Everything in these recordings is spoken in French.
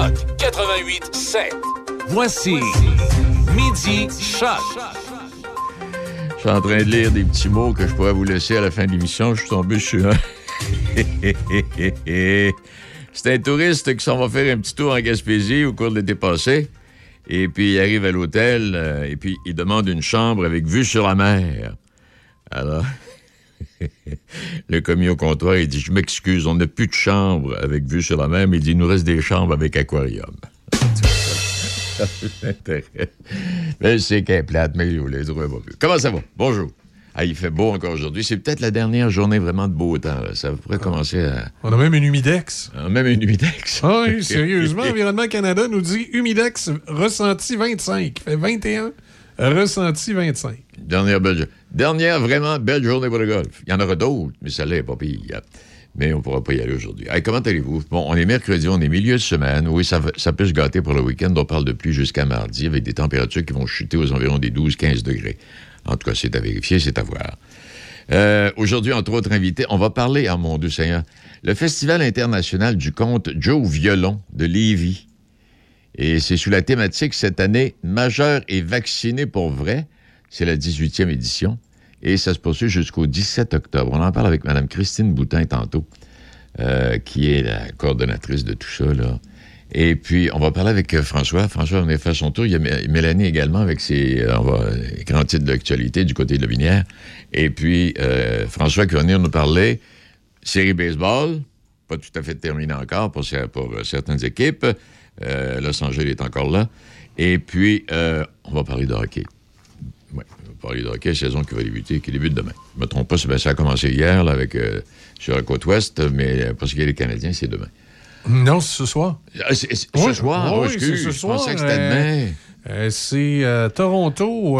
Choc 88.7. Voici Midi Choc. Je suis en train de lire des petits mots que je pourrais vous laisser à la fin de l'émission. Je suis tombé sur un. C'est un touriste qui s'en va faire un petit tour en Gaspésie au cours de l'été passé. Et puis, il arrive à l'hôtel et puis il demande une chambre avec vue sur la mer. Alors, le commis au comptoir, il dit « Je m'excuse, on n'a plus de chambre avec vue sur la mer, mais il dit « Il nous reste des chambres avec aquarium. » Mais c'est qu'elle est plate, mais les autres vont plus. Comment ça va? Bonjour. Ah, il fait beau encore aujourd'hui. C'est peut-être la dernière journée vraiment de beau temps. Là. Ça pourrait commencer à... On a même une humidex. Même une humidex. Ah oui, sérieusement, Environnement Canada nous dit humidex ressenti 25. Fait 21, ressenti 25. Dernière vraiment belle journée pour le golf. Il y en aura d'autres, mais celle-là n'est pas pire. Mais on ne pourra pas y aller aujourd'hui. Hey, comment allez-vous? Bon, on est mercredi, on est milieu de semaine. Oui, ça peut se gâter pour le week-end. On parle de pluie jusqu'à mardi avec des températures qui vont chuter aux environs des 12-15 degrés. En tout cas, c'est à vérifier, c'est à voir. Aujourd'hui, entre autres invités, on va parler, ah mon Dieu Seigneur, le Festival international du conte Joe Violon de Lévis. Et c'est sous la thématique cette année « Majeur et vacciné pour vrai ». C'est la 18e édition. Et ça se poursuit jusqu'au 17 octobre. On en parle avec Mme Christine Boutin tantôt, qui est la coordonnatrice de tout ça, là. Et puis, on va parler avec François. François va venir faire son tour. Il y a Mélanie également avec ses grands titres d'actualité du côté de Lobinière. Et puis, François qui va venir nous parler série baseball, pas tout à fait terminée encore pour certaines équipes. Los Angeles est encore là. Et puis, on va parler de hockey. Oui, on va parler de hockey, saison qui débute demain. Je ne me trompe pas, ça a commencé hier là, sur la côte ouest, mais pour ce qui est des Canadiens, c'est demain. Non, c'est ce soir. C'est ce soir? Oui, Excuse, c'est ce soir. Je pensais que c'était demain. C'est Toronto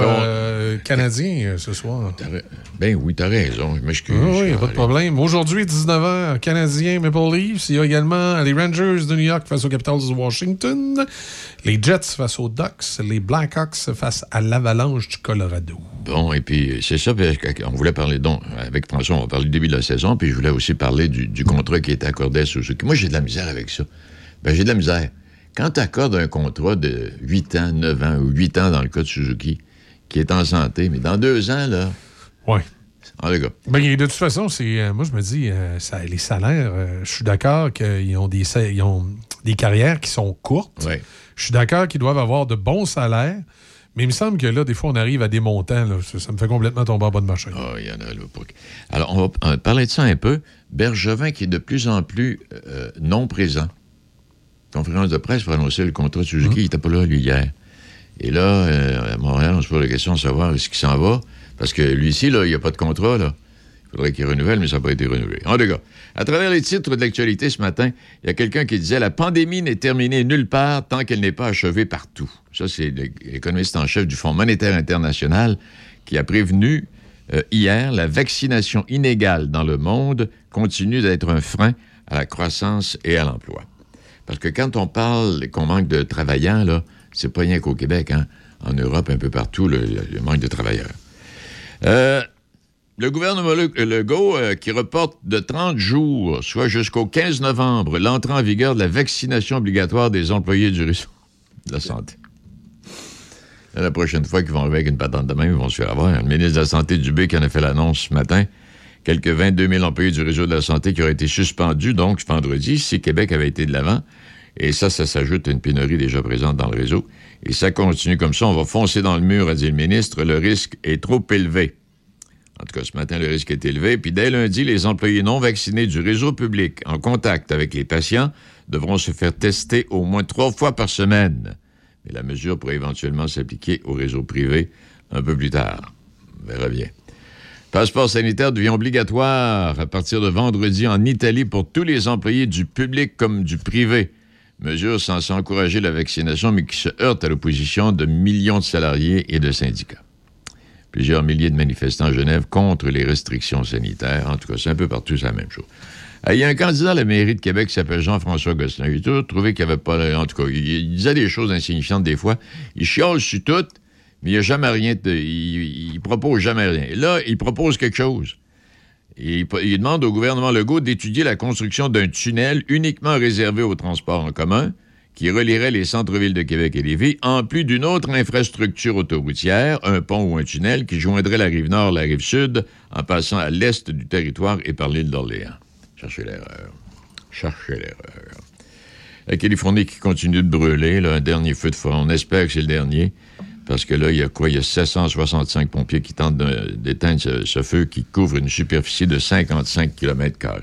Canadien ce soir. Ben oui, t'as raison. Je m'excuse. Oui, pas de problème. Aujourd'hui, 19h, Canadien Maple Leafs. Il y a également les Rangers de New York face aux Capitals de Washington. Les Jets face aux Ducks. Les Blackhawks face à l'Avalanche du Colorado. Bon, et puis c'est ça. On voulait parler, donc, avec François, on va parler du début de la saison. Puis je voulais aussi parler du contrat qui a été accordé à Suzuki. Moi, j'ai de la misère avec ça. J'ai de la misère. Quand tu accordes un contrat de 8 ans, 9 ans ou 8 ans dans le cas de Suzuki, qui est en santé, mais dans 2 ans, là... Oui. En tout cas. De toute façon, moi, je me dis, les salaires, je suis d'accord qu'ils ont des carrières qui sont courtes. Oui. Je suis d'accord qu'ils doivent avoir de bons salaires, mais il me semble que là, des fois, on arrive à des montants. Là, ça me fait complètement tomber en bas de ma chaîne. Ah, il y en a là. Alors, on va parler de ça un peu. Bergevin qui est de plus en plus non présent. Conférence de presse pour annoncer le contrat de Suzuki. Il n'était pas là, lui, hier. Et là, à Montréal, on se pose la question de savoir est-ce qu'il s'en va. Parce que lui ici, là, il n'y a pas de contrat, là. Il faudrait qu'il renouvelle, mais ça n'a pas été renouvelé. En tout cas, à travers les titres de l'actualité ce matin, il y a quelqu'un qui disait « La pandémie n'est terminée nulle part tant qu'elle n'est pas achevée partout ». Ça, c'est l'économiste en chef du Fonds monétaire international qui a prévenu hier la vaccination inégale dans le monde continue d'être un frein à la croissance et à l'emploi. Parce que quand on parle qu'on manque de travaillants, là, c'est pas rien qu'au Québec, hein. En Europe, un peu partout, le manque de travailleurs. Le gouvernement Legault qui reporte de 30 jours, soit jusqu'au 15 novembre, l'entrée en vigueur de la vaccination obligatoire des employés du réseau de la santé. La prochaine fois qu'ils vont arriver avec une patente de main, ils vont se faire avoir. Le ministre de la Santé Dubé qui en a fait l'annonce ce matin. Quelques 22 000 employés du réseau de la santé qui auraient été suspendus, donc, vendredi, si Québec avait été de l'avant. Et ça s'ajoute à une pénurie déjà présente dans le réseau. Et ça continue comme ça. On va foncer dans le mur, a dit le ministre. Le risque est trop élevé. En tout cas, ce matin, le risque est élevé. Puis dès lundi, les employés non vaccinés du réseau public en contact avec les patients devront se faire tester au moins 3 fois par semaine. Mais la mesure pourrait éventuellement s'appliquer au réseau privé un peu plus tard. On verra bien. Passeport sanitaire devient obligatoire à partir de vendredi en Italie pour tous les employés du public comme du privé. Mesure censée encourager la vaccination, mais qui se heurte à l'opposition de millions de salariés et de syndicats. Plusieurs milliers de manifestants à Genève contre les restrictions sanitaires. En tout cas, c'est un peu partout, c'est la même chose. Il y a un candidat à la mairie de Québec qui s'appelle Jean-François Gosselin. Il a toujours trouvé qu'il n'y avait pas... En tout cas, il disait des choses insignifiantes des fois. Il chiale sur tout, mais il n'y a jamais rien... Il propose jamais rien. Et là, il propose quelque chose. Il demande au gouvernement Legault d'étudier la construction d'un tunnel uniquement réservé au transport en commun qui relierait les centres-villes de Québec et Lévis, en plus d'une autre infrastructure autoroutière, un pont ou un tunnel qui joindrait la rive nord à la rive sud en passant à l'est du territoire et par l'île d'Orléans. Cherchez l'erreur. La Californie qui continue de brûler, là, un dernier feu de forêt. On espère que c'est le dernier, parce que là, il y a 765 pompiers qui tentent d'éteindre ce feu qui couvre une superficie de 55 km².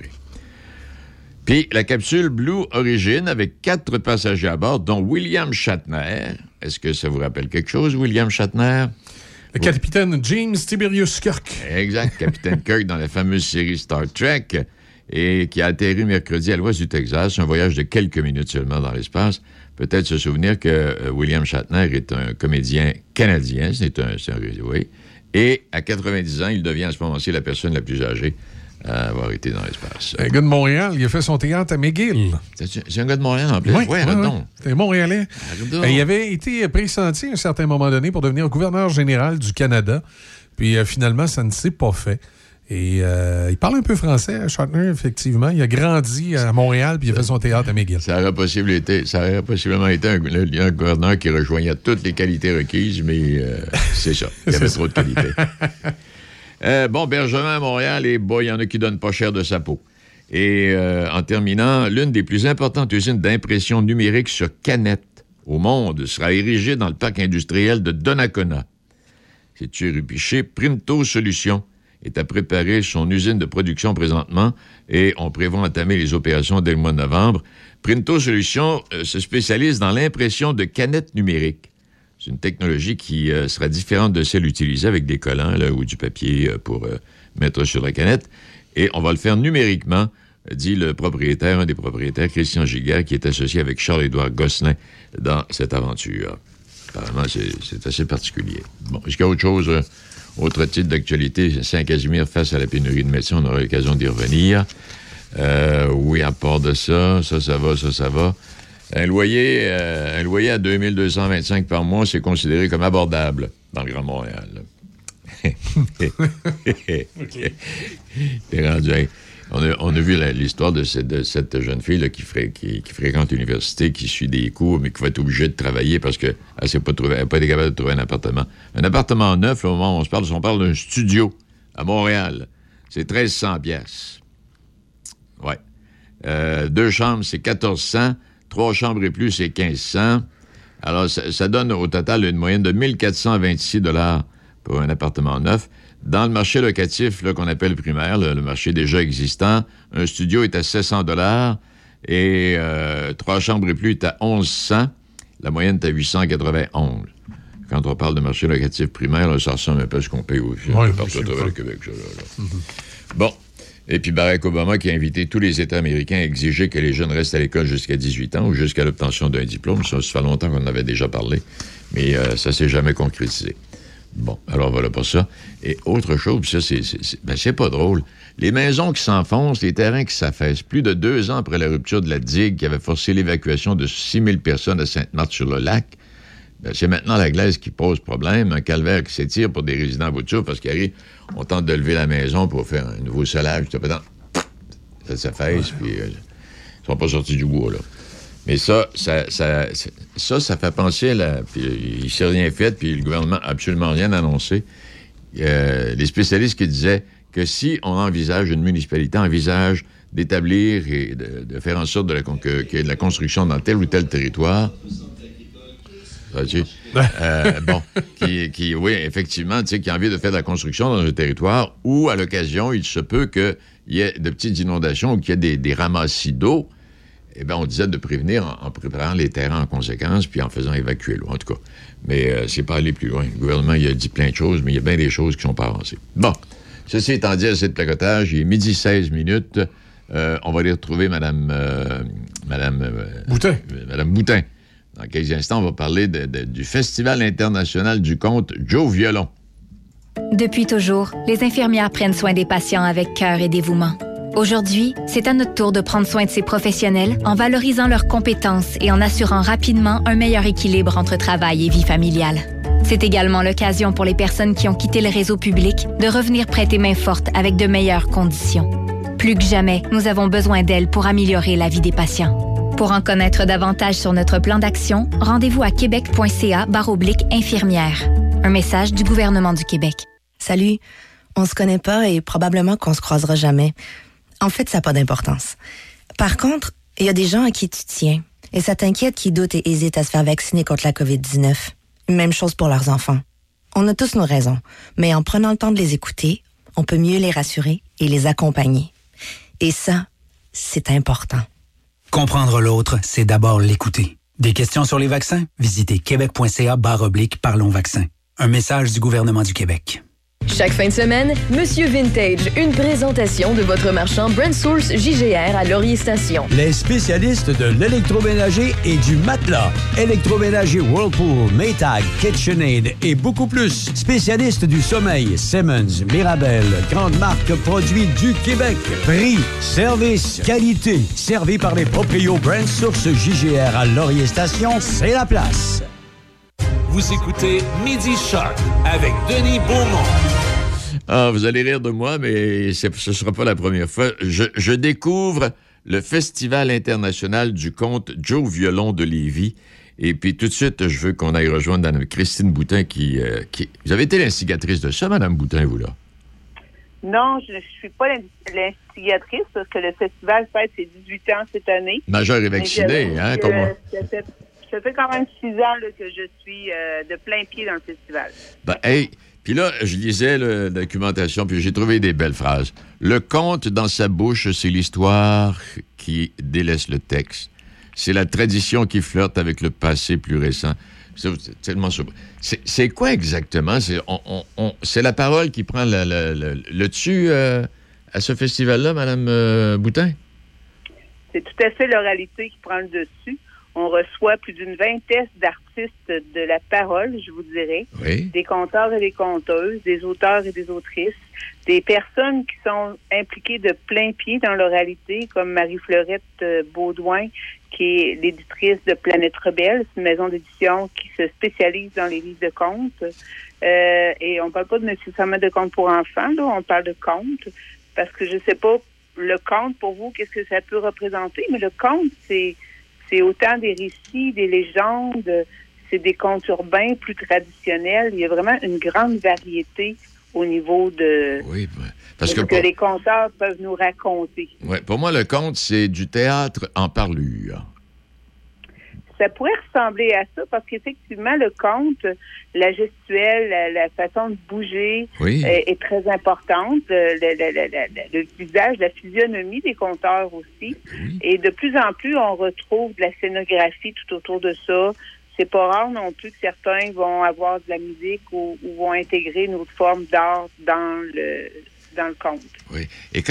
Puis la capsule Blue Origin avec 4 passagers à bord, dont William Shatner. Est-ce que ça vous rappelle quelque chose, William Shatner? Le capitaine James Tiberius Kirk. Exact, capitaine Kirk dans la fameuse série Star Trek, et qui a atterri mercredi à l'ouest du Texas, un voyage de quelques minutes seulement dans l'espace. Peut-être se souvenir que William Shatner est un comédien canadien, c'est un oui, et à 90 ans, il devient à ce moment-ci la personne la plus âgée à avoir été dans l'espace. Un gars de Montréal, il a fait son théâtre à McGill. C'est un gars de Montréal en plus? Oui, donc. C'est un Montréalais. Il avait été pressenti à un certain moment donné pour devenir gouverneur général du Canada. Puis finalement, ça ne s'est pas fait. Et il parle un peu français, Shatner, effectivement. Il a grandi à Montréal, puis il a fait son théâtre à McGill. Ça aurait possiblement été un gouverneur qui rejoignait toutes les qualités requises, mais c'est ça. Il y avait trop de qualités. Bergevin à Montréal, et il y en a qui donnent pas cher de sa peau. Et en terminant, l'une des plus importantes usines d'impression numérique sur canette au monde sera érigée dans le parc industriel de Donnacona. C'est rue Piché. Printo Solutions est à préparer son usine de production présentement et on prévoit entamer les opérations dès le mois de novembre. Printo Solutions se spécialise dans l'impression de canettes numériques. C'est une technologie qui sera différente de celle utilisée avec des collants là, ou du papier pour mettre sur la canette. Et on va le faire numériquement, dit un des propriétaires, Christian Giguère, qui est associé avec Charles-Édouard Gosselin dans cette aventure. Apparemment, c'est assez particulier. Bon, est-ce qu'il y a autre chose, autre titre d'actualité? Saint-Casimir face à la pénurie de médecins, on aura l'occasion d'y revenir. Oui, à part de ça va. Un loyer à 2225 par mois, c'est considéré comme abordable dans le Grand Montréal. Okay. T'es rendu. On a vu l'histoire de cette jeune fille là, qui fréquente l'université, qui suit des cours, mais qui va être obligée de travailler parce qu'elle n'a pas été capable de trouver un appartement. Un appartement neuf, là, au moment où on parle d'un studio à Montréal. C'est 1300 piastres. Ouais. 2 chambres, c'est 1400. 3 chambres et plus, c'est 1500. Alors, ça donne au total une moyenne de 1426 $ pour un appartement neuf. Dans le marché locatif là, qu'on appelle primaire, le marché déjà existant, un studio est à 700 $ et 3 chambres et plus est à 1100. La moyenne est à 891. Quand on parle de marché locatif primaire, là, ça ressemble un peu à ce qu'on paye partout à travers le Québec. Ça, là. Mm-hmm. Bon. Et puis Barack Obama qui a invité tous les États américains à exiger que les jeunes restent à l'école jusqu'à 18 ans ou jusqu'à l'obtention d'un diplôme. Ça fait longtemps qu'on en avait déjà parlé, mais ça s'est jamais concrétisé. Bon, alors voilà pour ça. Et autre chose, ça, c'est pas drôle. Les maisons qui s'enfoncent, les terrains qui s'affaissent. Plus de 2 ans après la rupture de la digue qui avait forcé l'évacuation de 6000 personnes à Sainte-Marthe-sur-le-Lac, c'est maintenant la glace qui pose problème, un calvaire qui s'étire pour des résidents à bout de souffle parce qu'arrive, on tente de lever la maison pour faire un nouveau solage, ça s'affaisse, puis ils sont pas sortis du bois, là. Mais ça fait penser puis il s'est rien fait, puis le gouvernement n'a absolument rien annoncé. Les spécialistes qui disaient que si on envisage, une municipalité envisage d'établir et de faire en sorte qu'il y ait de la construction dans tel ou tel territoire, oui, effectivement, qui a envie de faire de la construction dans un territoire où, à l'occasion, il se peut qu'il y ait de petites inondations ou qu'il y ait des ramassis d'eau, eh bien, on disait de prévenir en préparant les terrains en conséquence puis en faisant évacuer l'eau, en tout cas. Mais c'est pas aller plus loin. Le gouvernement, il a dit plein de choses, mais il y a bien des choses qui sont pas avancées. Bon, ceci étant dit, à cette placotage, il est 12h16. On va aller retrouver Madame Boutin. Madame Boutin. Dans quelques instants, on va parler du Festival international du conte Joe Violon. Depuis toujours, les infirmières prennent soin des patients avec cœur et dévouement. Aujourd'hui, c'est à notre tour de prendre soin de ces professionnels en valorisant leurs compétences et en assurant rapidement un meilleur équilibre entre travail et vie familiale. C'est également l'occasion pour les personnes qui ont quitté le réseau public de revenir prêter main forte avec de meilleures conditions. Plus que jamais, nous avons besoin d'elles pour améliorer la vie des patients. Pour en connaître davantage sur notre plan d'action, rendez-vous à québec.ca/infirmière. Un message du gouvernement du Québec. Salut, on se connaît pas et probablement qu'on se croisera jamais. En fait, ça n'a pas d'importance. Par contre, il y a des gens à qui tu tiens et ça t'inquiète qui doutent et hésitent à se faire vacciner contre la COVID-19. Même chose pour leurs enfants. On a tous nos raisons, mais en prenant le temps de les écouter, on peut mieux les rassurer et les accompagner. Et ça, c'est important. Comprendre l'autre, c'est d'abord l'écouter. Des questions sur les vaccins? Visitez québec.ca/parlons vaccins. Un message du gouvernement du Québec. Chaque fin de semaine, Monsieur Vintage, une présentation de votre marchand Brand Source JGR à Laurier Station. Les spécialistes de l'électroménager et du matelas. Électroménager Whirlpool, Maytag, KitchenAid et beaucoup plus. Spécialistes du sommeil, Simmons, Mirabel, grande marque produits du Québec. Prix, service, qualité. Servi par les proprios Brand Source JGR à Laurier Station, c'est la place. Vous écoutez Midi Shark avec Denis Beaumont. Ah, vous allez rire de moi, mais ce ne sera pas la première fois. Je découvre le Festival international du conte Joe Violon de Lévis. Et puis, tout de suite, je veux qu'on aille rejoindre Christine Boutin qui... Vous avez été l'instigatrice de ça, Mme Boutin, vous, là? Non, je ne suis pas l'instigatrice parce que le festival fête ses 18 ans cette année. Majeur et vacciné, hein, comme moi. Ça fait quand même 6 ans là, que je suis de plein pied dans le festival. Ben, hey, puis là, je lisais la documentation, puis j'ai trouvé des belles phrases. Le conte dans sa bouche, c'est l'histoire qui délaisse le texte. C'est la tradition qui flirte avec le passé plus récent. C'est tellement super. C'est quoi exactement? C'est la parole qui prend le dessus à ce festival-là, Mme Boutin? C'est tout à fait l'oralité qui prend le dessus. On reçoit plus d'une vingtaine d'artistes de la parole, je vous dirais. Oui. Des conteurs et des conteuses, des auteurs et des autrices, des personnes qui sont impliquées de plein pied dans l'oralité, comme Marie-Fleurette Baudouin, qui est l'éditrice de Planète Rebelle. C'est une maison d'édition qui se spécialise dans les livres de contes. Et on parle pas nécessairement de contes pour enfants, là, on parle de contes, parce que je sais pas, le conte, pour vous, qu'est-ce que ça peut représenter, mais le conte, c'est autant des récits, des légendes, c'est des contes urbains plus traditionnels. Il y a vraiment une grande variété au niveau de ce que les conteurs peuvent nous raconter. Oui, pour moi, le conte, c'est du théâtre en parlure. Ça pourrait ressembler à ça parce qu'effectivement, le conte, la gestuelle, la façon de bouger est très importante. Le visage, la physionomie des conteurs aussi. Oui. Et de plus en plus, on retrouve de la scénographie tout autour de ça. C'est pas rare non plus que certains vont avoir de la musique ou vont intégrer une autre forme d'art dans le conte. Oui. Et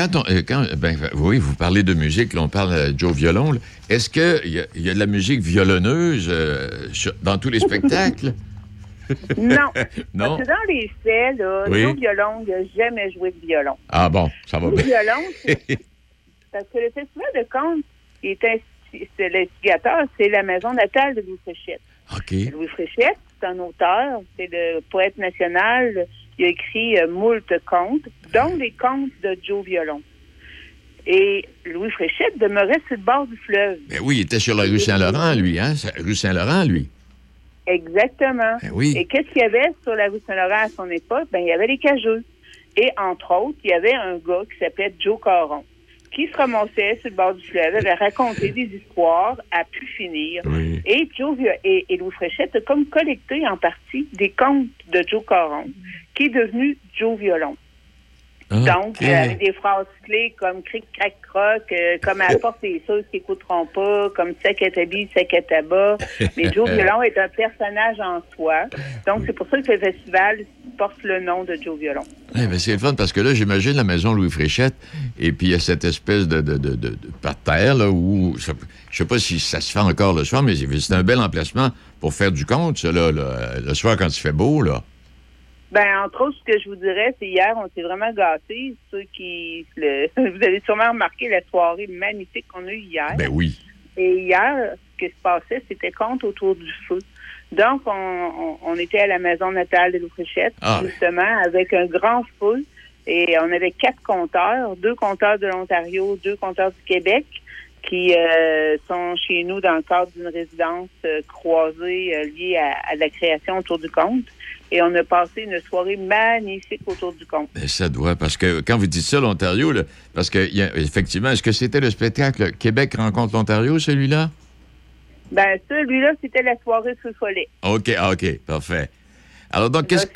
vous parlez de musique, là, on parle de Joe Violon. Là. Est-ce qu'il y a de la musique violonneuse dans tous les spectacles? Non. Non. Parce que dans les faits, là, Joe Violon n'a jamais joué de violon. Ah bon, ça va bien. Violon, parce que le festival de conte, c'est l'instigateur, c'est la maison natale de Louis Fréchette. OK. Louis Fréchette, c'est un auteur, c'est le poète national. Il a écrit moult contes, dont les contes de Joe Violon. Et Louis Fréchette demeurait sur le bord du fleuve. Ben oui, il était sur la rue Saint-Laurent, lui, hein? Rue Saint-Laurent, lui. Exactement. Ben oui. Et qu'est-ce qu'il y avait sur la rue Saint-Laurent à son époque? Ben, il y avait les cageux. Et entre autres, il y avait un gars qui s'appelait Joe Caron, qui se ramassait sur le bord du fleuve, avait raconté des histoires à pu finir. Oui. Et Louis Fréchette a comme collecté en partie des contes de Joe Caron, qui est devenu Joe Violon. Donc, avec des phrases clés comme cric, crac, croc, comme à la porte des ceux qui n'écouteront pas, comme sac à tabi, sac à tabac. Mais Joe Violon est un personnage en soi. Donc, c'est pour ça que le festival porte le nom de Joe Violon. Oui, mais c'est le fun parce que là, j'imagine la maison Louis Fréchette et puis il y a cette espèce de parterre là où, je sais pas si ça se fait encore le soir, mais c'est un bel emplacement pour faire du conte, ça, là, le soir quand il fait beau, là. Ben, entre autres, ce que je vous dirais, c'est hier, on s'est vraiment gâtés. Ceux qui... vous avez sûrement remarqué la soirée magnifique qu'on a eue hier. Ben oui. Et hier, ce qui se passait, c'était conte autour du feu. Donc, on était à la maison natale de Louis Fréchette, justement, avec un grand feu. Et on avait 4 conteurs, 2 conteurs de l'Ontario, 2 conteurs du Québec. qui sont chez nous dans le cadre d'une résidence croisée liée à la création autour du conte. Et on a passé une soirée magnifique autour du conte. Ben, ça doit, parce que quand vous dites ça, l'Ontario, là, parce que effectivement, est-ce que c'était le spectacle Québec rencontre l'Ontario, celui-là? Ben, celui-là, c'était la soirée sous le follet. OK, parfait. Alors donc, qu'est-ce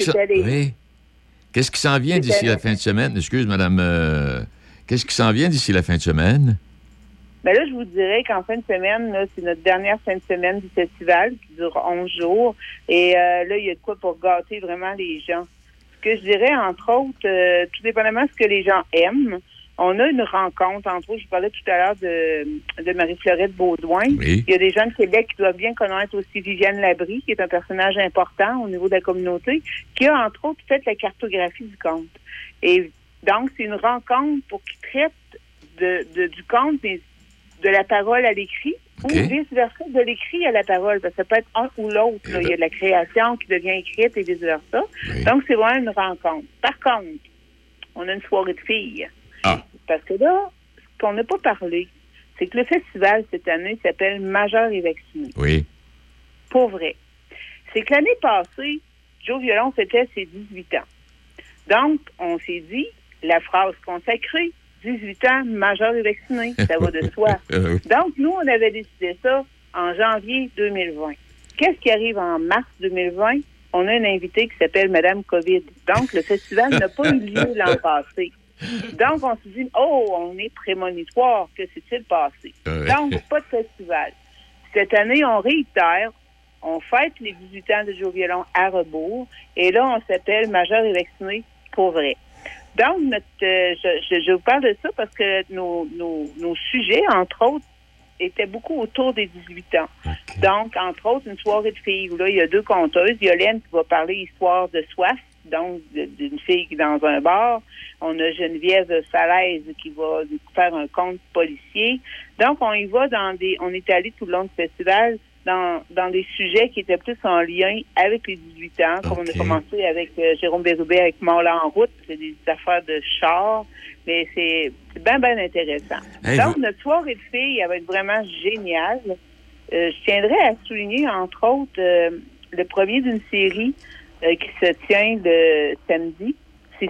qui s'en vient d'ici la fin de semaine? Excuse, madame. Qu'est-ce qui s'en vient d'ici la fin de semaine? Ben là, je vous dirais qu'en fin de semaine, là, c'est notre dernière fin de semaine du festival qui dure 11 jours. Et là, il y a de quoi pour gâter vraiment les gens. Ce que je dirais, entre autres, tout dépendamment de ce que les gens aiment, on a une rencontre, entre autres, je parlais tout à l'heure de Marie-Fleurette Baudouin. Oui. Il y a des gens de Québec qui doivent bien connaître aussi Viviane Labrie, qui est un personnage important au niveau de la communauté, qui a, entre autres, fait la cartographie du conte. Et donc, c'est une rencontre pour qu'ils traitent du conte, mais de la parole à l'écrit, ou vice-versa, de l'écrit à la parole, parce que ça peut être un ou l'autre. Il y a de la création qui devient écrite et vice-versa. Oui. Donc, c'est vraiment une rencontre. Par contre, on a une soirée de filles. Ah. Parce que là, ce qu'on n'a pas parlé, c'est que le festival, cette année, s'appelle Majeurs et vaccinés. Oui. Pour vrai. C'est que l'année passée, Joe Violon fêtait ses 18 ans. Donc, on s'est dit, la phrase consacrée, 18 ans, majeur et vacciné, ça va de soi. Donc, nous, on avait décidé ça en janvier 2020. Qu'est-ce qui arrive en mars 2020? On a une invitée qui s'appelle Madame COVID. Donc, le festival n'a pas eu lieu l'an passé. Donc, on se dit, on est prémonitoire, que s'est-il passé? Donc, pas de festival. Cette année, on réitère, on fête les 18 ans de Joe Violon à rebours, et là, on s'appelle majeur et vacciné pour vrai. Donc, je vous parle de ça parce que nos sujets, entre autres, étaient beaucoup autour des 18 ans. Okay. Donc, entre autres, une soirée de filles où là, il y a 2 conteuses. Il y a Hélène qui va parler histoire de soif, donc d'une fille qui est dans un bar. On a Geneviève Falaise qui va faire un conte policier. Donc, on y va on est allé tout le long du festival dans des sujets qui étaient plus en lien avec les 18 ans, comme on a commencé avec Jérôme Bérubé avec Mort-là en route, c'est des affaires de char, mais c'est bien intéressant. Hey, donc, notre soirée de filles, elle va être vraiment géniale. Je tiendrais à souligner, entre autres, le premier d'une série qui se tient le samedi. C'est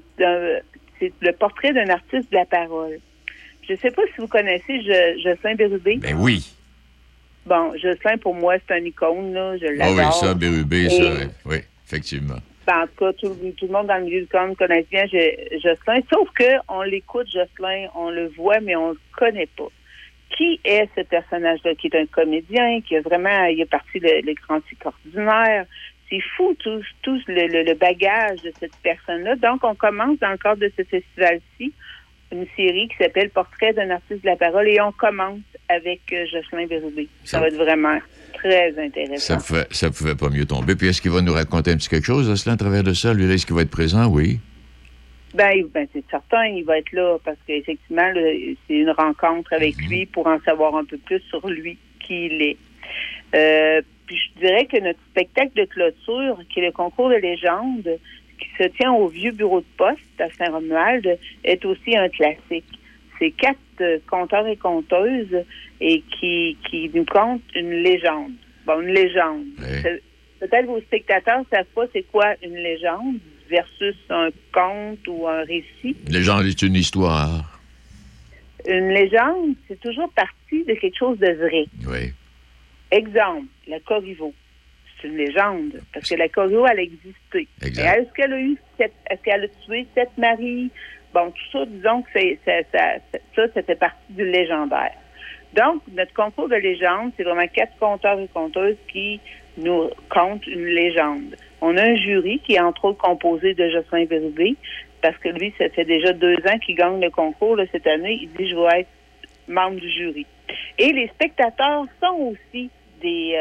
le portrait d'un artiste de la parole. Je ne sais pas si vous connaissez Jocelyn Bérubé. Ben oui. Bon, Jocelyn, pour moi, c'est un icône, là. Je l'adore. Ah oui, ça, Bérubé, ça, oui, effectivement. Ben, en tout cas, tout le monde dans le milieu du conte connaît bien Jocelyn, sauf qu'on l'écoute, Jocelyn, on le voit, mais on le connaît pas. Qui est ce personnage-là? Qui est un comédien, qui a vraiment, il est parti le grand cycle ordinaire. C'est fou, tout le bagage de cette personne-là. Donc, on commence dans le cadre de ce festival-ci une série qui s'appelle Portrait d'un artiste de la parole et on commence avec Jocelyn Bérubé. Ça va être vraiment très intéressant. Ça pouvait pas mieux tomber. Puis est-ce qu'il va nous raconter un petit quelque chose, Jocelyn, à travers de ça? Lui, est-ce qu'il va être présent? Oui. Ben c'est certain, il va être là parce qu'effectivement, c'est une rencontre avec lui pour en savoir un peu plus sur lui, qui il est. Puis je dirais que notre spectacle de clôture, qui est le concours de légende, qui se tient au vieux bureau de poste à Saint-Romuald, est aussi un classique. C'est 4 conteurs et conteuses et qui nous content une légende. Bon, une légende. Oui. Peut-être vos spectateurs ne savent pas c'est quoi une légende versus un conte ou un récit. Une légende est une histoire. Une légende, c'est toujours parti de quelque chose de vrai. Oui. Exemple, la Corriveau. C'est une légende, parce que la Corriveau, elle a existé. Exact. Est-ce qu'elle a tué 7 maris? Bon, tout ça, disons que ça fait partie du légendaire. Donc, notre concours de légende, c'est vraiment 4 conteurs et conteuses qui nous content une légende. On a un jury qui est entre autres composé de Jocelyn Bérubé, parce que lui, ça fait déjà 2 ans qu'il gagne le concours. Là, cette année, il dit « Je vais être membre du jury ». Et les spectateurs sont aussi des...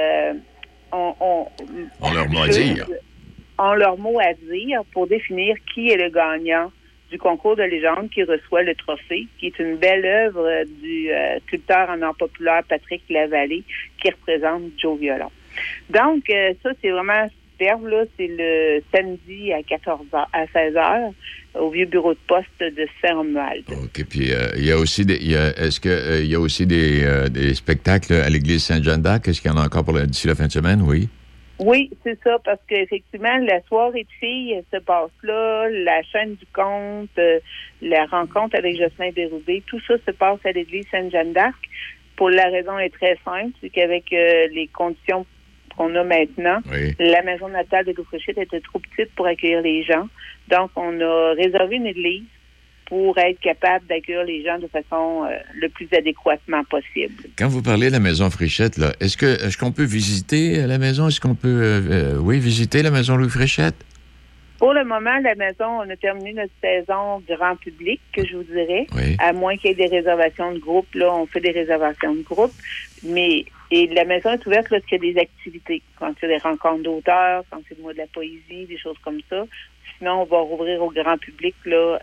On leur mot à dire. On leur mot à dire pour définir qui est le gagnant du concours de légende qui reçoit le trophée, qui est une belle œuvre du sculpteur en art populaire Patrick Lavallée qui représente Joe Violon. Donc, ça, c'est vraiment réserve, là, c'est le samedi à 16h au vieux bureau de poste de Saint-Romuald. OK. Puis il y a aussi est-ce qu'il y a aussi des spectacles à l'église Sainte-Jeanne d'Arc? Est-ce qu'il y en a encore d'ici la fin de semaine? Oui. Oui, c'est ça, parce qu'effectivement, la soirée de filles se passe là, la chaîne du conte, la rencontre avec Jocelyn Bérubé, tout ça se passe à l'église Sainte-Jeanne d'Arc. Pour la raison est très simple, c'est qu'avec les conditions qu'on a maintenant, la maison natale de Lou Fréchette était trop petite pour accueillir les gens. Donc, on a réservé une église pour être capable d'accueillir les gens de façon le plus adéquatement possible. Quand vous parlez de la maison Fréchette, là, est-ce qu'on peut visiter la maison? Est-ce qu'on peut, visiter la maison Louis Fréchette? Pour le moment, la maison, on a terminé notre saison grand public, que je vous dirais. Oui. À moins qu'il y ait des réservations de groupe, là, on fait des réservations de groupe. Et la maison est ouverte lorsqu'il y a des activités. Quand il y a des rencontres d'auteurs, quand c'est le mois de la poésie, des choses comme ça. Sinon, on va rouvrir au grand public là,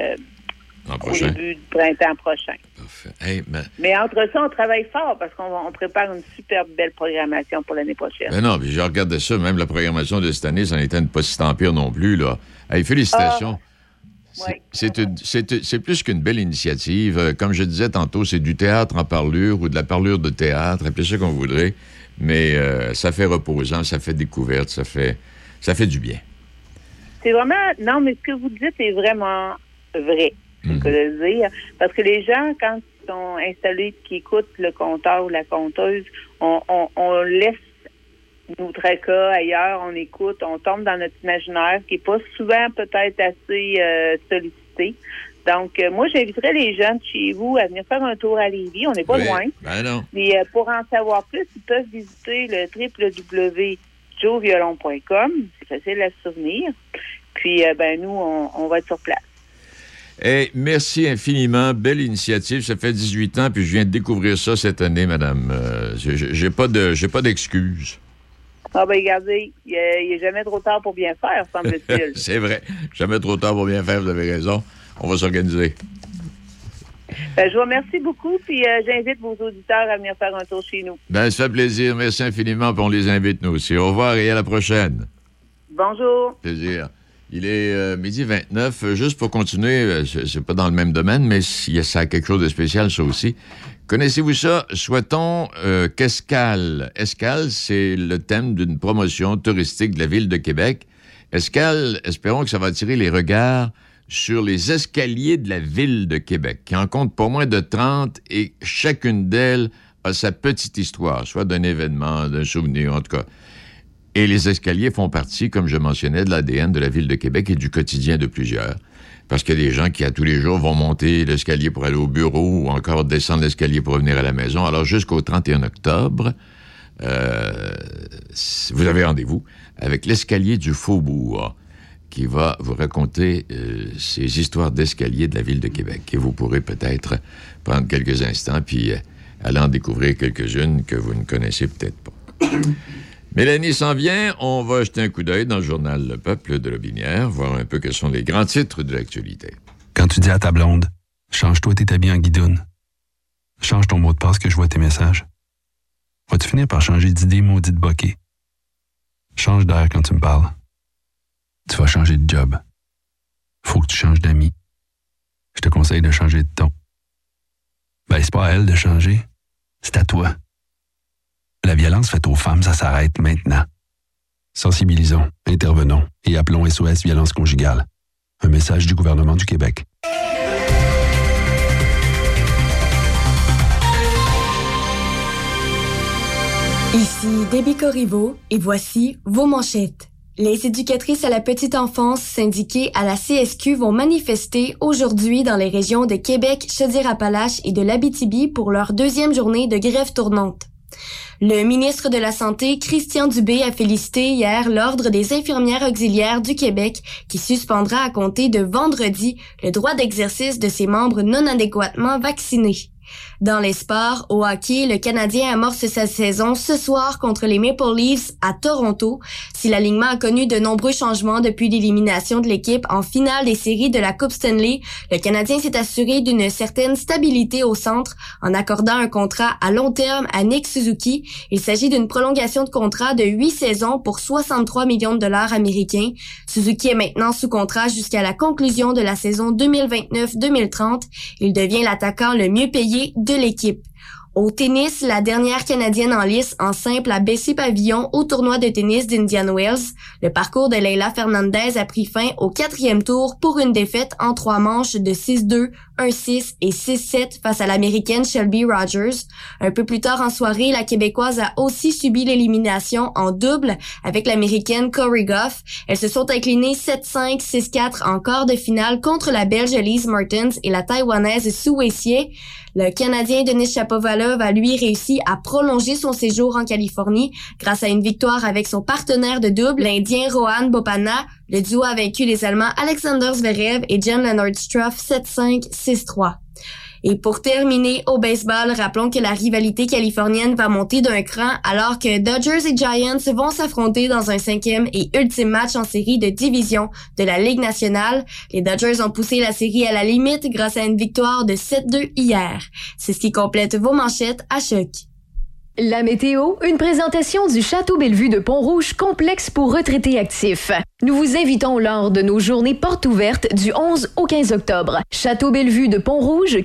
au début du printemps prochain. Parfait. Hey, mais entre ça, on travaille fort parce qu'on prépare une super belle programmation pour l'année prochaine. Ben non, puis je regardais ça, même la programmation de cette année, ça n'était pas si tant pire non plus, là. Hey, félicitations. C'est plus qu'une belle initiative. Comme je disais tantôt, c'est du théâtre en parlure ou de la parlure de théâtre, appelez ça comme vous voudrez, mais ça fait reposant, ça fait découverte, ça fait du bien. C'est vraiment... Non, mais ce que vous dites est vraiment vrai, c'est que de dire. Parce que les gens, quand ils sont installés, qui écoutent le conteur ou la conteuse, on laisse nos tracas ailleurs, on écoute, on tombe dans notre imaginaire qui n'est pas souvent peut-être assez sollicité. Donc, moi, j'inviterais les gens de chez vous à venir faire un tour à Lévis. On n'est pas loin. Ben non. Mais pour en savoir plus, ils peuvent visiter le www.joeviolon.com. C'est facile à se souvenir. Puis, nous, on va être sur place. Hey, merci infiniment. Belle initiative. Ça fait 18 ans, puis je viens de découvrir ça cette année, madame. J'ai pas d'excuses. Ah ben regardez, il n'est jamais trop tard pour bien faire, semble-t-il. C'est vrai. Jamais trop tard pour bien faire, vous avez raison. On va s'organiser. Je vous remercie beaucoup, puis j'invite vos auditeurs à venir faire un tour chez nous. Ça fait plaisir. Merci infiniment, puis on les invite, nous aussi. Au revoir et à la prochaine. Bonjour. Plaisir. Il est midi 29. Juste pour continuer, c'est pas dans le même domaine, mais ça a quelque chose de spécial, ça aussi. Connaissez-vous ça? Souhaitons qu'Escale. Escale, c'est le thème d'une promotion touristique de la Ville de Québec. Escale, espérons que ça va attirer les regards sur les escaliers de la Ville de Québec, qui en compte pas moins de 30, et chacune d'elles a sa petite histoire, soit d'un événement, d'un souvenir, en tout cas. Et les escaliers font partie, comme je mentionnais, de l'ADN de la Ville de Québec et du quotidien de plusieurs. Parce qu'il y a des gens qui, à tous les jours, vont monter l'escalier pour aller au bureau ou encore descendre l'escalier pour revenir à la maison. Alors, jusqu'au 31 octobre, vous avez rendez-vous avec l'escalier du Faubourg qui va vous raconter ces histoires d'escalier de la Ville de Québec. Et vous pourrez peut-être prendre quelques instants puis aller en découvrir quelques-unes que vous ne connaissez peut-être pas. Mélanie s'en vient. On va jeter un coup d'œil dans le journal Le Peuple de Lobinière, voir un peu quels sont les grands titres de l'actualité. Quand tu dis à ta blonde, change-toi tes habits en guidoune. Change ton mot de passe que je vois tes messages. Vas-tu finir par changer d'idée maudite bokeh? Change d'air quand tu me parles. Tu vas changer de job. Faut que tu changes d'amis. Je te conseille de changer de ton. Ben, c'est pas à elle de changer. C'est à toi. La violence faite aux femmes, ça s'arrête maintenant. Sensibilisons, intervenons et appelons SOS Violence Conjugale. Un message du gouvernement du Québec. Ici Debbie Corriveau et voici vos manchettes. Les éducatrices à la petite enfance syndiquées à la CSQ vont manifester aujourd'hui dans les régions de Québec, Chaudière-Appalaches et de l'Abitibi pour leur deuxième journée de grève tournante. Le ministre de la Santé, Christian Dubé, a félicité hier l'Ordre des infirmières auxiliaires du Québec qui suspendra à compter de vendredi le droit d'exercice de ses membres non adéquatement vaccinés. Dans les sports, au hockey, le Canadien amorce sa saison ce soir contre les Maple Leafs à Toronto. Si l'alignement a connu de nombreux changements depuis l'élimination de l'équipe en finale des séries de la Coupe Stanley, le Canadien s'est assuré d'une certaine stabilité au centre en accordant un contrat à long terme à Nick Suzuki. Il s'agit d'une prolongation de contrat de 8 saisons pour 63 millions de dollars américains. Suzuki est maintenant sous contrat jusqu'à la conclusion de la saison 2029-2030. Il devient l'attaquant le mieux payé de l'équipe. Au tennis, la dernière Canadienne en lice en simple a baissé pavillon au tournoi de tennis d'Indian Wells. Le parcours de Leylah Fernandez a pris fin au 4e tour pour une défaite en 3 manches de 6-2, 1-6 et 6-7 face à l'Américaine Shelby Rogers. Un peu plus tard en soirée, la Québécoise a aussi subi l'élimination en double avec l'Américaine Corey Goff. Elles se sont inclinées 7-5, 6-4 en quart de finale contre la Belge Elise Mertens et la Taïwanaise Su Wei-Hsieh. Le Canadien Denis Shapovalov a lui réussi à prolonger son séjour en Californie grâce à une victoire avec son partenaire de double, l'Indien Rohan Bopanna. Le duo a vaincu les Allemands Alexander Zverev et Jan-Lennard Struff 7-5, 6-3. Et pour terminer, au baseball, rappelons que la rivalité californienne va monter d'un cran alors que Dodgers et Giants vont s'affronter dans un 5e et ultime match en série de division de la Ligue nationale. Les Dodgers ont poussé la série à la limite grâce à une victoire de 7-2 hier. C'est ce qui complète vos manchettes à Choc. La météo, une présentation du Château Bellevue de Pont-Rouge, complexe pour retraités actifs. Nous vous invitons lors de nos journées portes ouvertes du 11 au 15 octobre. Château Bellevue de Pont-Rouge,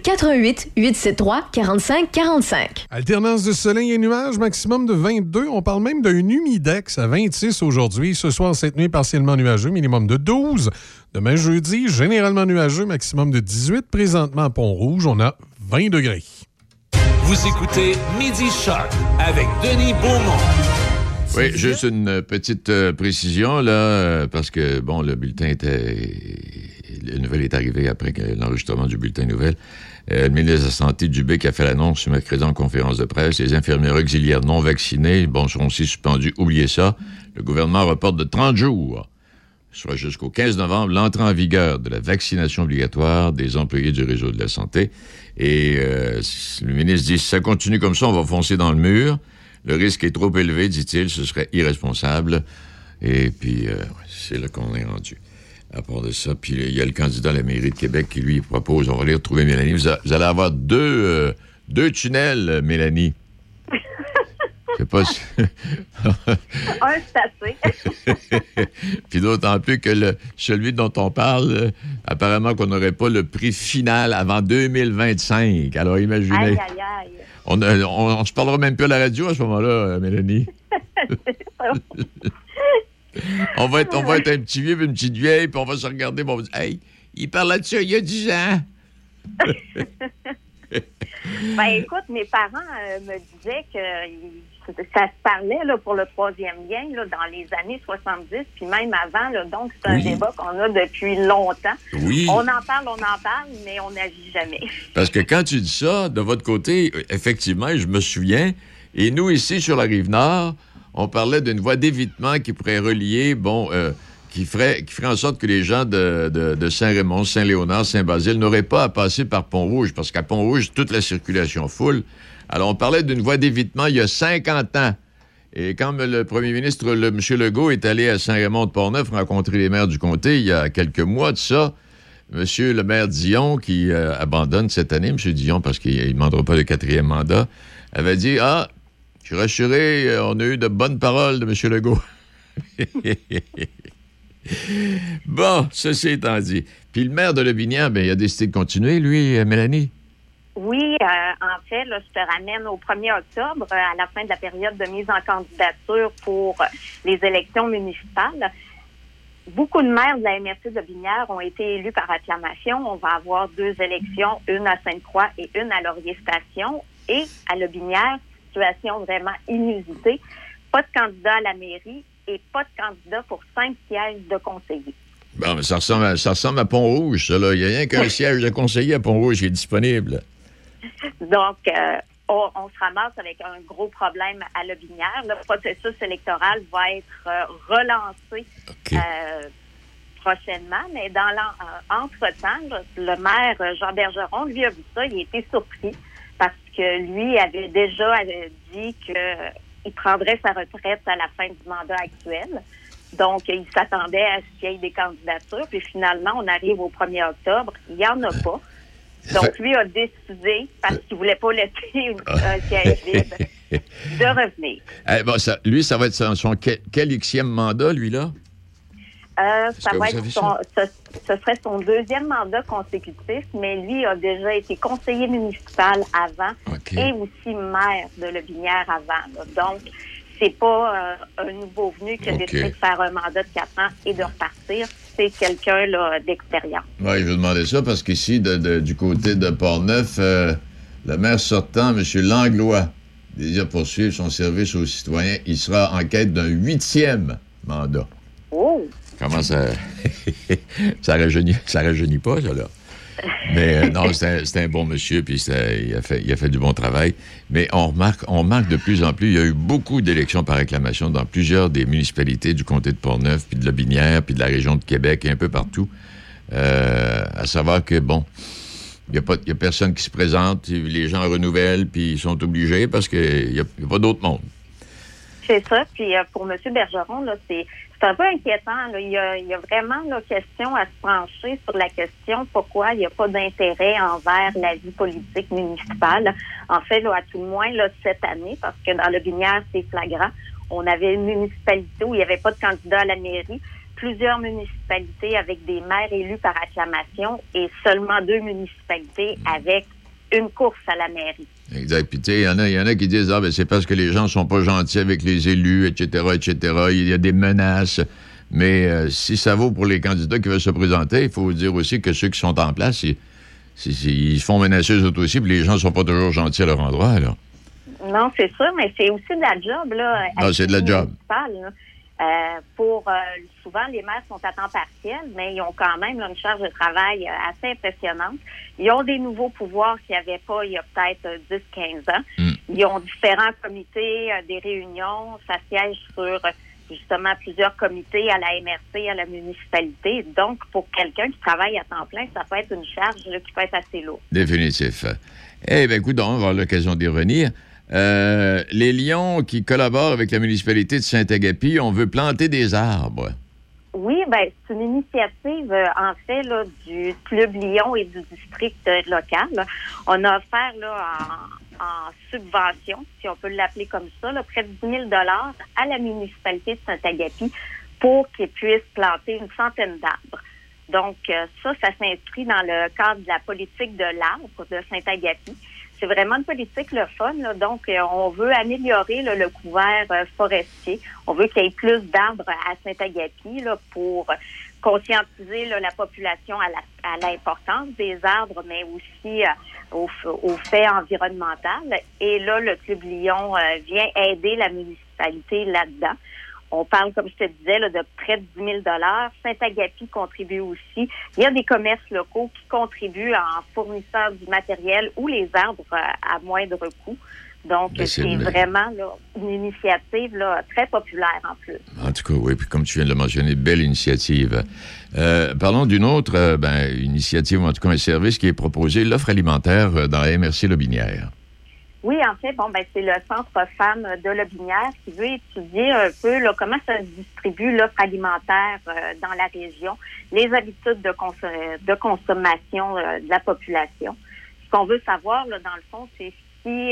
418-873-4545. Alternance de soleil et nuages, maximum de 22. On parle même d'un humidex à 26 aujourd'hui. Ce soir, cette nuit, partiellement nuageux, minimum de 12. Demain, jeudi, généralement nuageux, maximum de 18. Présentement à Pont-Rouge, on a 20 degrés. Vous écoutez Midi Choc avec Denis Beaumont. Oui, juste une petite précision, là, parce que, bon, le bulletin était... La nouvelle est arrivée après l'enregistrement du bulletin nouvelle. Le ministre de la Santé, Dubé, qui a fait l'annonce ce mercredi en conférence de presse. Les infirmières auxiliaires non vaccinées, bon, seront aussi suspendues. Oubliez ça. Le gouvernement reporte de 30 jours, soit jusqu'au 15 novembre, l'entrée en vigueur de la vaccination obligatoire des employés du réseau de la santé. Et le ministre dit, si ça continue comme ça, on va foncer dans le mur. Le risque est trop élevé, dit-il, ce serait irresponsable. Et puis, c'est là qu'on est rendu. À part de ça, puis il y a le candidat à la mairie de Québec qui, lui, propose, on va aller retrouver Mélanie. Vous allez avoir deux tunnels, Mélanie. Je sais pas si... Un, c'est assez. Puis d'autant plus que celui dont on parle, apparemment qu'on n'aurait pas le prix final avant 2025. Alors imaginez. Aïe, aïe, aïe. On se parlera même plus à la radio à ce moment-là, Mélanie. on va être un petit vieux et une petite vieille, puis on va se regarder, puis on va dire, hey, il parlait de ça il y a 10 ans. Ben écoute, mes parents me disaient que ça se parlait là, pour le troisième lien là, dans les années 70, puis même avant. Là, donc, c'est un débat qu'on a depuis longtemps. Oui. On en parle, mais on n'agit jamais. Parce que quand tu dis ça, de votre côté, effectivement, je me souviens, et nous, ici, sur la Rive-Nord, on parlait d'une voie d'évitement qui pourrait relier, qui ferait en sorte que les gens de Saint-Raymond, Saint-Léonard, Saint-Basile n'auraient pas à passer par Pont-Rouge, parce qu'à Pont-Rouge, toute la circulation foule. Alors, on parlait d'une voie d'évitement il y a 50 ans. Et quand le premier ministre, M. Legault, est allé à Saint-Raymond-de-Portneuf rencontrer les maires du comté il y a quelques mois de ça, M. le maire Dion, qui abandonne cette année, M. Dion, parce qu'il ne demandera pas le 4e mandat, avait dit « Ah, je suis rassuré, on a eu de bonnes paroles de M. Legault. » Bon, ceci étant dit. Puis le maire de Lobinière, il a décidé de continuer, lui, Mélanie. Oui, en fait, là, je te ramène au 1er octobre, à la fin de la période de mise en candidature pour les élections municipales. Beaucoup de maires de la MRC de Lobinière ont été élus par acclamation. On va avoir 2 élections, une à Sainte-Croix et une à Laurier-Station. Et à Lobinière, situation vraiment inusitée, pas de candidat à la mairie et pas de candidat pour 5 sièges de conseillers. Bon, mais ça ressemble à Pont-Rouge, ça, là. Il n'y a rien qu'un siège de conseiller à Pont-Rouge qui est disponible. Donc, on se ramasse avec un gros problème à Lobinière. Le processus électoral va être relancé prochainement, mais dans entre-temps, le maire Jean Bergeron, lui, a vu ça, il a été surpris parce que lui avait déjà dit qu'il prendrait sa retraite à la fin du mandat actuel. Donc, il s'attendait à ce qu'il y ait des candidatures. Puis finalement, on arrive au 1er octobre. Il n'y en a pas. Donc, lui a décidé, parce qu'il ne voulait pas laisser un siège vide, de revenir. Ça va être son quel Xème mandat, lui-là? Ça va être ce serait son 2e mandat consécutif, mais lui a déjà été conseiller municipal avant et aussi maire de Lotbinière avant. Là. Donc, c'est pas un nouveau venu qui a décidé de faire un mandat de 4 ans et de repartir. C'est quelqu'un là, d'expérience. Oui, je vais demander ça parce qu'ici, du côté de Portneuf, le maire sortant, M. Langlois, désire poursuivre son service aux citoyens. Il sera en quête d'un 8e mandat. Oh! Comment ça... ça rajeunit pas, ça, là. Mais non, c'est un bon monsieur, puis il a fait du bon travail. Mais on remarque de plus en plus, il y a eu beaucoup d'élections par acclamation dans plusieurs des municipalités du comté de Portneuf, puis de Lotbinière, puis de la région de Québec, et un peu partout. À savoir que, bon, il n'y a personne qui se présente, les gens renouvellent, puis ils sont obligés parce qu'il n'y a pas d'autre monde. C'est ça. Puis pour M. Bergeron, là, c'est un peu inquiétant. Là. Il y a vraiment là, question à se pencher sur la question pourquoi il n'y a pas d'intérêt envers la vie politique municipale. En fait, là, à tout le moins, là, cette année, parce que dans Lotbinière, c'est flagrant, on avait une municipalité où il n'y avait pas de candidat à la mairie, plusieurs municipalités avec des maires élus par acclamation et seulement 2 municipalités avec une course à la mairie. Exact. Puis, tu sais, il y en a qui disent, c'est parce que les gens sont pas gentils avec les élus, etc., etc. Il y a des menaces. Mais si ça vaut pour les candidats qui veulent se présenter, il faut dire aussi que ceux qui sont en place, ils se font menacer eux autres aussi, puis les gens sont pas toujours gentils à leur endroit, là. Non, c'est sûr, mais c'est aussi de la job, là. Non, c'est de la job. Souvent, les maires sont à temps partiel, mais ils ont quand même là, une charge de travail assez impressionnante. Ils ont des nouveaux pouvoirs qu'il n'y avait pas il y a peut-être 10-15 ans. Ils ont différents comités, des réunions. Ça siège sur, justement, plusieurs comités à la MRC, à la municipalité. Donc, pour quelqu'un qui travaille à temps plein, ça peut être une charge là, qui peut être assez lourde. Définitif. Eh bien, écoute, on va avoir l'occasion d'y revenir. Les Lions qui collaborent avec la municipalité de Saint-Agapi, on veut planter des arbres. Oui, c'est une initiative, en fait, là, du Club Lyon et du district local. Là. On a offert là, en subvention, si on peut l'appeler comme ça, là, près de 10 000 $ à la municipalité de Saint-Agapi pour qu'ils puissent planter une centaine d'arbres. Donc, ça s'inscrit dans le cadre de la politique de l'arbre de Saint-Agapi. C'est vraiment une politique le fun. Là. Donc, on veut améliorer là, le couvert forestier. On veut qu'il y ait plus d'arbres à Saint-Agapi là, pour conscientiser là, la population à l'importance des arbres, mais aussi au fait environnemental. Et là, le Club Lyon vient aider la municipalité là-dedans. On parle, comme je te disais, là, de près de 10 000 $. Saint-Agapi contribue aussi. Il y a des commerces locaux qui contribuent en fournissant du matériel ou les arbres à moindre coût. Donc, c'est vraiment là, une initiative là, très populaire en plus. En tout cas, oui. Puis comme tu viens de le mentionner, belle initiative. Parlons d'une autre initiative, en tout cas un service qui est proposé, l'offre alimentaire dans la MRC Lotbinière. Oui, en fait, c'est le Centre Femmes de Lotbinière qui veut étudier un peu là, comment ça se distribue l'offre alimentaire dans la région, les habitudes de consommation de la population. Ce qu'on veut savoir, là, dans le fond, c'est si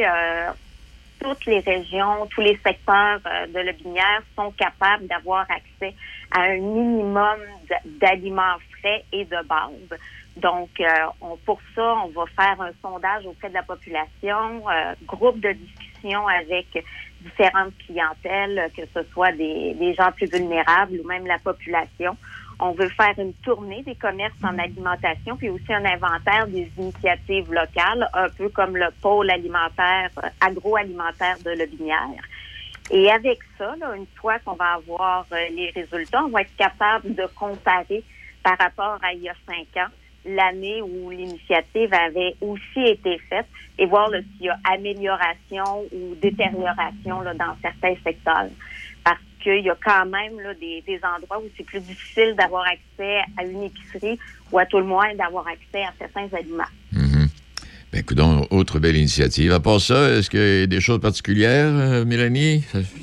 toutes les régions, tous les secteurs de Lotbinière sont capables d'avoir accès à un minimum d'aliments frais et de base. Donc, pour ça, on va faire un sondage auprès de la population, groupe de discussion avec différentes clientèles, que ce soit des gens plus vulnérables ou même la population. On veut faire une tournée des commerces en alimentation, puis aussi un inventaire des initiatives locales, un peu comme le pôle alimentaire, agroalimentaire de Lotbinière. Et avec ça, là, une fois qu'on va avoir les résultats, on va être capable de comparer par rapport à il y a 5 ans, l'année où l'initiative avait aussi été faite et voir là, s'il y a amélioration ou détérioration là, dans certains secteurs. Parce qu'il y a quand même là, des endroits où c'est plus difficile d'avoir accès à une épicerie ou à tout le moins d'avoir accès à certains aliments. Mm-hmm. Écoutons, autre belle initiative. À part ça, est-ce qu'il y a des choses particulières, Mélanie?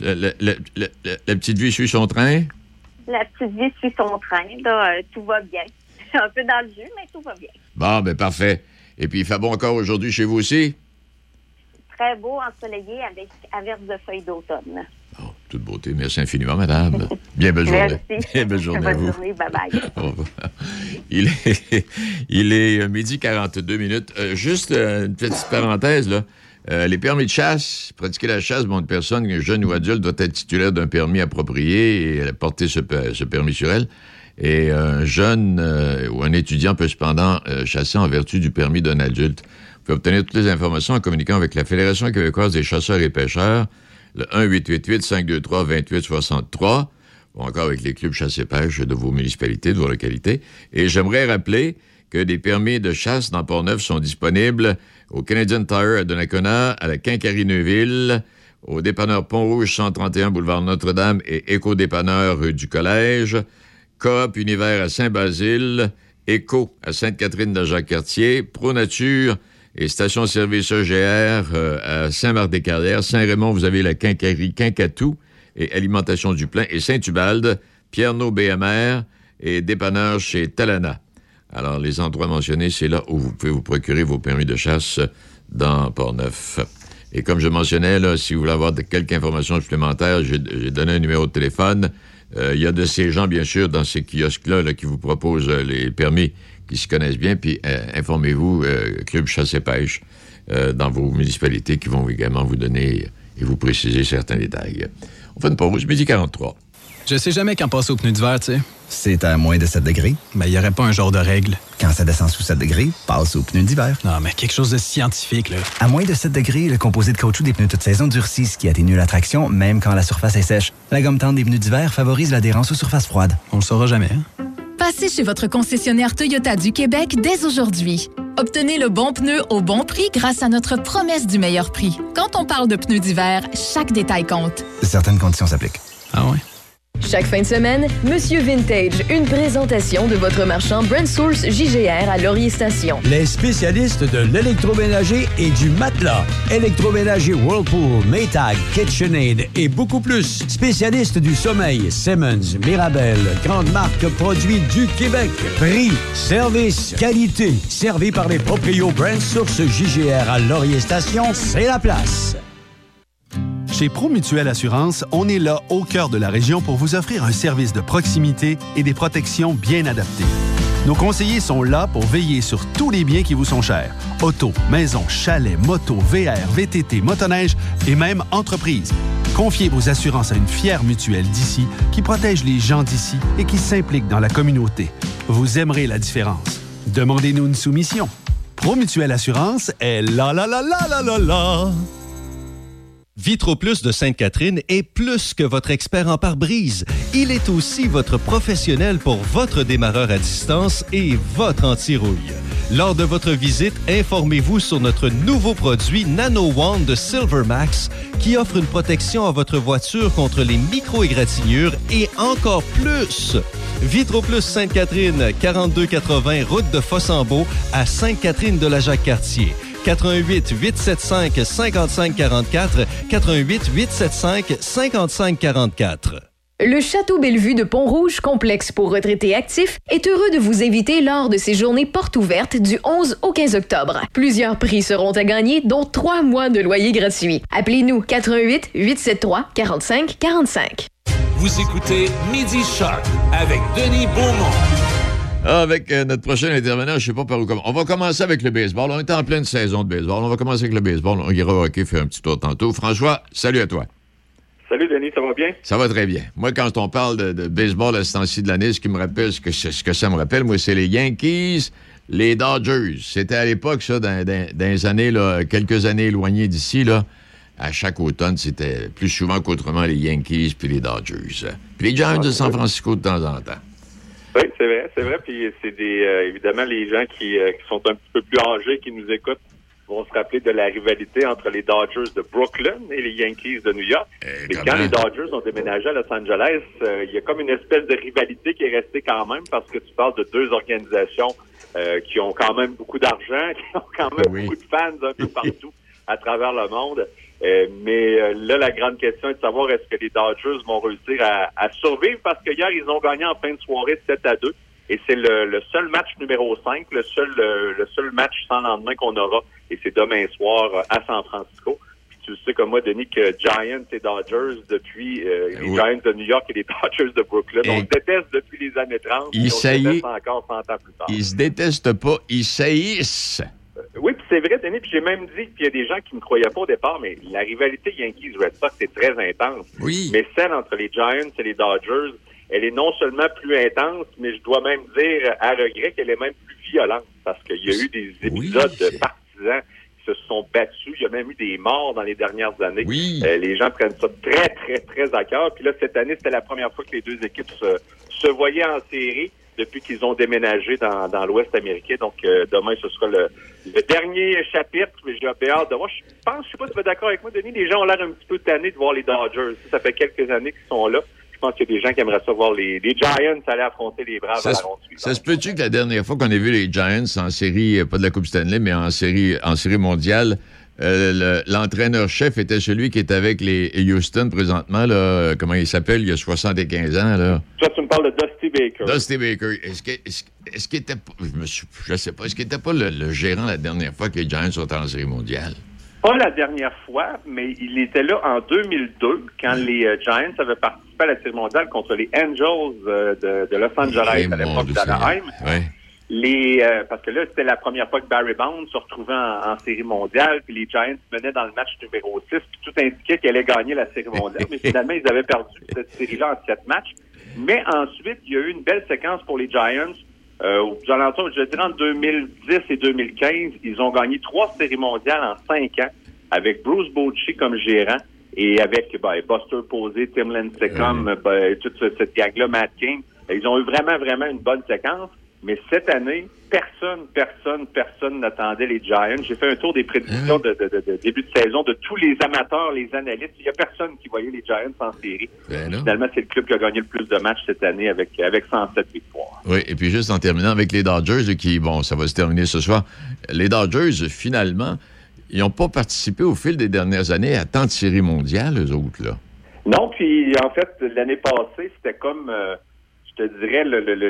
La petite vie suit son train? La petite vie suit son train. Là, tout va bien. Je suis un peu dans le jus, mais tout va bien. Bon, ben parfait. Et puis, il fait bon encore aujourd'hui chez vous aussi? Très beau, ensoleillé, avec averse de feuilles d'automne. Oh, toute beauté. Merci infiniment, madame. Bien belle journée. Merci. Bien belle journée à vous. Bonne journée. Bye-bye. Au revoir. Il est midi 42 minutes. Juste une petite parenthèse, là. Les permis de chasse, pratiquer la chasse, une personne, jeune ou adulte, doit être titulaire d'un permis approprié et porter ce permis sur elle. Et un jeune ou un étudiant peut cependant chasser en vertu du permis d'un adulte. Vous pouvez obtenir toutes les informations en communiquant avec la Fédération québécoise des chasseurs et pêcheurs, le 1-888-523-2863, ou encore avec les clubs chasse et pêche de vos municipalités, de vos localités. Et j'aimerais rappeler que des permis de chasse dans Port-Neuf sont disponibles au Canadian Tire à Donnacona, à la Quincaillerie Neuville, au dépanneur Pont-Rouge 131 boulevard Notre-Dame et Éco-dépanneur rue du Collège, Coop Univers à Saint-Basile, Éco à Sainte-Catherine de Jacques-Cartier, Pro Nature et station-service EGR à Saint-Marc-des-Carrières. Saint-Raymond, vous avez la Quincaillerie Quincatou et Alimentation du Plein. Et Saint-Ubalde, Pierno BMR et dépanneur chez Talana. Alors, les endroits mentionnés, c'est là où vous pouvez vous procurer vos permis de chasse dans Port-Neuf. Et comme je mentionnais, là, si vous voulez avoir quelques informations supplémentaires, j'ai donné un numéro de téléphone. Il y a de ces gens, bien sûr, dans ces kiosques-là là, qui vous proposent les permis qui s'y connaissent bien, puis informez-vous, Club Chasse et Pêche, dans vos municipalités qui vont également vous donner et vous préciser certains détails. On fait une pause, midi 43. Je sais jamais quand passer au pneu d'hiver, tu sais. C'est à moins de 7 degrés. Mais il n'y aurait pas un genre de règle. Quand ça descend sous 7 degrés, passe au pneu d'hiver. Non, mais quelque chose de scientifique, là. À moins de 7 degrés, le composé de caoutchouc des pneus toute saison durcit, ce qui atténue la traction, même quand la surface est sèche. La gomme tendre des pneus d'hiver favorise l'adhérence aux surfaces froides. On le saura jamais, hein? Passez chez votre concessionnaire Toyota du Québec dès aujourd'hui. Obtenez le bon pneu au bon prix grâce à notre promesse du meilleur prix. Quand on parle de pneus d'hiver, chaque détail compte. Certaines conditions s'appliquent. Ah ouais? Chaque fin de semaine, Monsieur Vintage, une présentation de votre marchand Brand Source JGR à Laurier Station. Les spécialistes de l'électroménager et du matelas. Électroménager Whirlpool, Maytag, KitchenAid et beaucoup plus. Spécialistes du sommeil, Simmons, Mirabel, grande marque produits du Québec. Prix, service, qualité. Servi par les proprios Brand Source JGR à Laurier Station, c'est la place. Chez ProMutuelle Assurance, on est là au cœur de la région pour vous offrir un service de proximité et des protections bien adaptées. Nos conseillers sont là pour veiller sur tous les biens qui vous sont chers. Auto, maison, chalet, moto, VR, VTT, motoneige et même entreprise. Confiez vos assurances à une fière mutuelle d'ici qui protège les gens d'ici et qui s'implique dans la communauté. Vous aimerez la différence. Demandez-nous une soumission. ProMutuelle Assurance est là, là, là, là, là, là, là. VitroPlus de Sainte-Catherine est plus que votre expert en pare-brise. Il est aussi votre professionnel pour votre démarreur à distance et votre anti-rouille. Lors de votre visite, informez-vous sur notre nouveau produit NanoWand de Silvermax qui offre une protection à votre voiture contre les micro-égratignures et encore plus. VitroPlus Sainte-Catherine, 4280 route de Fossambeau à Sainte-Catherine-de-la-Jacques-Cartier. 88 875 55 44, 88 875 55 44. Le Château Bellevue de Pont-Rouge, complexe pour retraités actifs, est heureux de vous inviter lors de ses journées portes ouvertes du 11 au 15 octobre. Plusieurs prix seront à gagner, dont 3 mois de loyer gratuit. Appelez-nous 88 873 45 45. Vous écoutez Midi Choc avec Denis Beaumont. Avec notre prochain intervenant, je ne sais pas par où commencer. On va commencer avec le baseball. On est en pleine saison de baseball. On va commencer avec le baseball. On ira au hockey, faire un petit tour tantôt. François, salut à toi. Salut Denis, ça va bien? Ça va très bien. Moi, quand on parle de baseball à ce temps-ci de l'année, ce qui me rappelle, ce que ça me rappelle, moi, c'est les Yankees, les Dodgers. C'était à l'époque, ça, dans les années, là, quelques années éloignées d'ici, là. À chaque automne, c'était plus souvent qu'autrement les Yankees puis les Dodgers. Puis les Giants de San Francisco de temps en temps. Oui, c'est vrai. Puis c'est évidemment les gens qui sont un petit peu plus âgés qui nous écoutent vont se rappeler de la rivalité entre les Dodgers de Brooklyn et les Yankees de New York. Mais quand les Dodgers ont déménagé à Los Angeles, il y a comme une espèce de rivalité qui est restée quand même, parce que tu parles de deux organisations qui ont quand même beaucoup d'argent, qui ont quand même beaucoup de fans un peu partout à travers le monde. Mais là, la grande question est de savoir est-ce que les Dodgers vont réussir à survivre, parce que hier, ils ont gagné en fin de soirée 7-2. Et c'est le seul match numéro 5, le seul match sans lendemain qu'on aura. Et c'est demain soir à San Francisco. Puis tu sais comme moi, Denis, que Giants et Dodgers depuis les Giants de New York et les Dodgers de Brooklyn, on se déteste depuis les années 30. Ils se détestent encore 100 ans plus tard. Ils se détestent pas, ils saillissent. Oui, puis c'est vrai, Denis, puis j'ai même dit qu'il y a des gens qui ne croyaient pas au départ, mais la rivalité Yankees-Red Sox, c'est très intense. Oui. Mais celle entre les Giants et les Dodgers, elle est non seulement plus intense, mais je dois même dire, à regret, qu'elle est même plus violente, parce qu'il y a eu des épisodes de partisans qui se sont battus. Il y a même eu des morts dans les dernières années. Oui. Les gens prennent ça très, très, très à cœur. Puis là, cette année, c'était la première fois que les deux équipes se voyaient en série depuis qu'ils ont déménagé dans l'Ouest américain. Donc, demain, ce sera le dernier chapitre. Mais j'ai hâte de voir. Je sais pas si tu es d'accord avec moi, Denis, les gens ont l'air un petit peu tannés de voir les Dodgers. Ça fait quelques années qu'ils sont là. Je pense qu'il y a des gens qui aimeraient ça voir les Giants aller affronter les Braves à la ronde suivante. Ça se peut-tu que la dernière fois qu'on a vu les Giants en série, pas de la Coupe Stanley, mais en série mondiale, l'entraîneur-chef était celui qui est avec les Houston présentement, là, comment il s'appelle, il y a 75 ans, là. Toi, tu me parles de Dusty Baker. Dusty Baker. Est-ce qu'il était pas, je sais pas, est-ce qu'il était pas le gérant la dernière fois que les Giants sont en série mondiale? Pas la dernière fois, mais il était là en 2002, quand les Giants avaient participé à la série mondiale contre les Angels de Los Angeles, à l'époque d'Anaheim. Parce que là, c'était la première fois que Barry Bonds se retrouvait en série mondiale, puis les Giants menaient dans le match numéro 6, puis tout indiquait qu'ils allaient gagner la série mondiale, mais finalement, ils avaient perdu cette série-là en 7 matchs. Mais ensuite, il y a eu une belle séquence pour les Giants. Aux alentours, je dirais en 2010 et 2015, ils ont gagné 3 séries mondiales en 5 ans, avec Bruce Bochy comme gérant et avec Buster Posey, Tim Lincecum, toute cette gang-là, Matt King. Ils ont eu vraiment, vraiment une bonne séquence. Mais cette année, personne n'attendait les Giants. J'ai fait un tour des prédictions de début de saison de tous les amateurs, les analystes. Il n'y a personne qui voyait les Giants en série. Finalement, c'est le club qui a gagné le plus de matchs cette année avec 107 victoires. Oui, et puis juste en terminant avec les Dodgers, ça va se terminer ce soir. Les Dodgers, finalement, ils n'ont pas participé au fil des dernières années à tant de séries mondiales, eux autres, là. Non, puis en fait, l'année passée, c'était comme... je te dirais,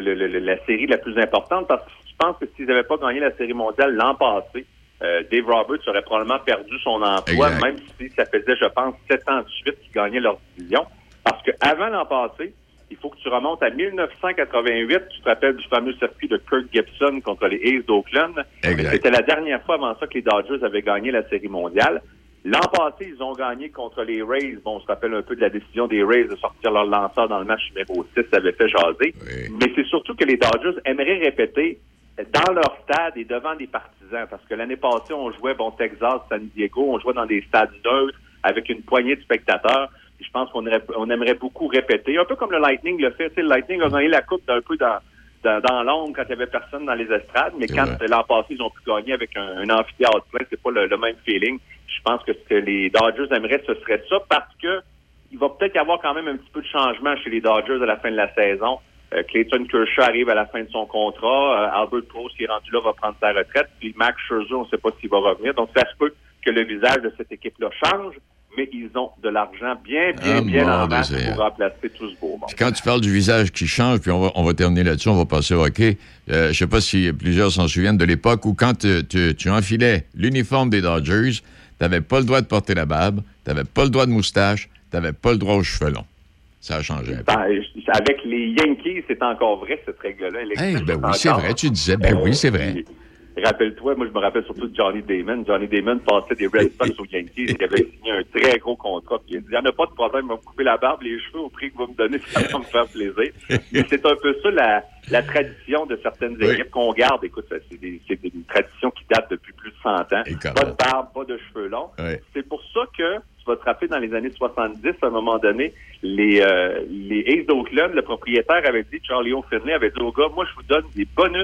la série la plus importante, parce que je pense que s'ils n'avaient pas gagné la série mondiale l'an passé, Dave Roberts aurait probablement perdu son emploi, même si ça faisait, je pense, 7 ans de suite qu'ils gagnaient leur division. Parce qu'avant l'an passé, il faut que tu remontes à 1988. Tu te rappelles du fameux circuit de Kirk Gibson contre les A's d'Oakland. C'était la dernière fois avant ça que les Dodgers avaient gagné la série mondiale. L'an passé, ils ont gagné contre les Rays. Bon, on se rappelle un peu de la décision des Rays de sortir leur lanceur dans le match numéro 6. Ça avait fait jaser. Mais c'est surtout que les Dodgers aimeraient répéter dans leur stade et devant des partisans. Parce que l'année passée, on jouait, Texas, San Diego, on jouait dans des stades neutres avec une poignée de spectateurs. Puis je pense qu'on aimerait beaucoup répéter. Un peu comme le Lightning le fait. Tu sais, le Lightning a gagné la Coupe un peu dans l'ombre quand il n'y avait personne dans les estrades. Mais quand l'an passé, ils ont pu gagner avec un amphithéâtre plein, c'est pas le même feeling. Je pense que ce que les Dodgers aimeraient, ce serait ça, parce que il va peut-être y avoir quand même un petit peu de changement chez les Dodgers à la fin de la saison. Clayton Kershaw arrive à la fin de son contrat. Albert Pujols, qui est rendu là, va prendre sa retraite. Puis Max Scherzer, on ne sait pas s'il va revenir. Donc, ça se peut que le visage de cette équipe-là change, mais ils ont de l'argent bien en masse pour remplacer tout ce beau monde. Puis quand tu parles du visage qui change, puis on va terminer là-dessus, on va passer au hockey. Je ne sais pas si plusieurs s'en souviennent de l'époque où quand tu enfilais l'uniforme des Dodgers, tu n'avais pas le droit de porter la barbe, tu n'avais pas le droit de moustache, tu n'avais pas le droit aux cheveux longs. Ça a changé un peu. Avec les Yankees, c'est encore vrai, cette règle-là. Oui, c'est vrai, tu disais. Oui, c'est vrai. Rappelle-toi, moi, je me rappelle surtout de Johnny Damon. Johnny Damon passait des Red Sox aux Yankees. Il avait signé un très gros contrat. Puis il dit, il n'y en a pas de problème, il va me couper la barbe, les cheveux, au prix que vous me donnez, ça va me faire plaisir. Mais c'est un peu ça, la tradition de certaines équipes qu'on garde. Écoute, c'est une tradition qui date depuis plus de 100 ans. Pas de barbe, pas de cheveux longs. C'est pour ça que, tu vas te rappeler, dans les années 70, à un moment donné, les A's d'Oakland, le propriétaire avait dit, Charlie O'Finley avait dit aux gars, moi, je vous donne des bonus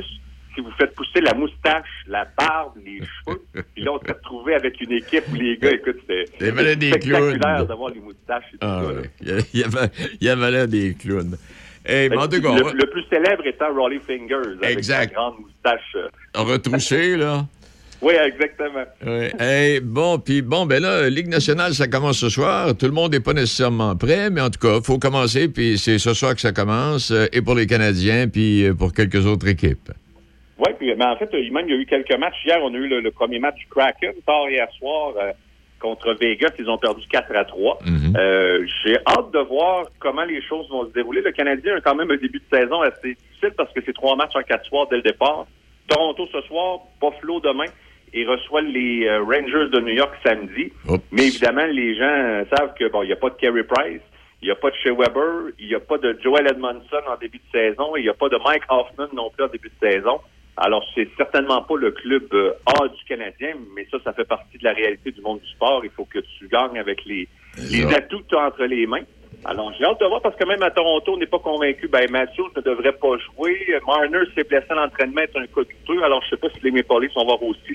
si vous faites pousser la moustache, la barbe, les cheveux, puis là, on s'est retrouvé avec une équipe où les gars, écoute, c'était spectaculaire d'avoir les moustaches et tout ça. Ouais. Il y avait là des clowns. Hey, le plus célèbre étant Rollie Fingers, avec sa grande moustache. Retroussée, là. Oui, exactement. Oui. Hey, ben là, Ligue nationale, ça commence ce soir. Tout le monde n'est pas nécessairement prêt, mais en tout cas, il faut commencer, puis c'est ce soir que ça commence, et pour les Canadiens, puis pour quelques autres équipes. Oui, puis mais en fait, il y a eu quelques matchs. Hier, on a eu le premier match du Kraken, tard hier soir, contre Vegas. Ils ont perdu 4-3. J'ai hâte de voir comment les choses vont se dérouler. Le Canadien a quand même un début de saison assez difficile parce que c'est 3 matchs en 4 soirs dès le départ. Toronto ce soir, Buffalo demain. Et reçoit les Rangers de New York samedi. Oups. Mais évidemment, les gens savent que il n'y a pas de Carey Price, il n'y a pas de Shea Weber, il n'y a pas de Joel Edmondson en début de saison, et il n'y a pas de Mike Hoffman non plus en début de saison. Alors, c'est certainement pas le club A du Canadien, mais ça fait partie de la réalité du monde du sport. Il faut que tu gagnes avec les atouts que tu as entre les mains. Alors, j'ai hâte de voir parce que même à Toronto, on n'est pas convaincu. Matthews ne devrait pas jouer. Marner s'est blessé à l'entraînement, est un cas douteux. Alors, je sais pas si les Maple Leafs vont voir aussi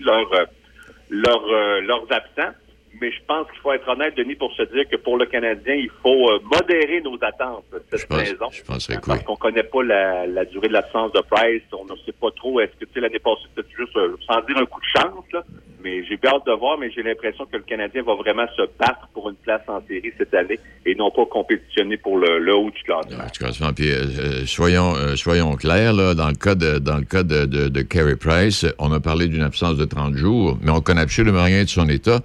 leurs absents. Mais je pense qu'il faut être honnête, Denis, pour se dire que pour le Canadien, il faut modérer nos attentes cette saison. Je penserais que parce qu'on connaît pas la durée de l'absence de Price. On ne sait pas trop. Est-ce que, l'année passée, c'était juste, sans dire un coup de chance, là. Mais j'ai bien hâte de voir, mais j'ai l'impression que le Canadien va vraiment se battre pour une place en série cette année et non pas compétitionner pour le haut du classement. Puis soyons clairs, là, dans le cas de Carey Price, on a parlé d'une absence de 30 jours, mais on connaît absolument rien de son état.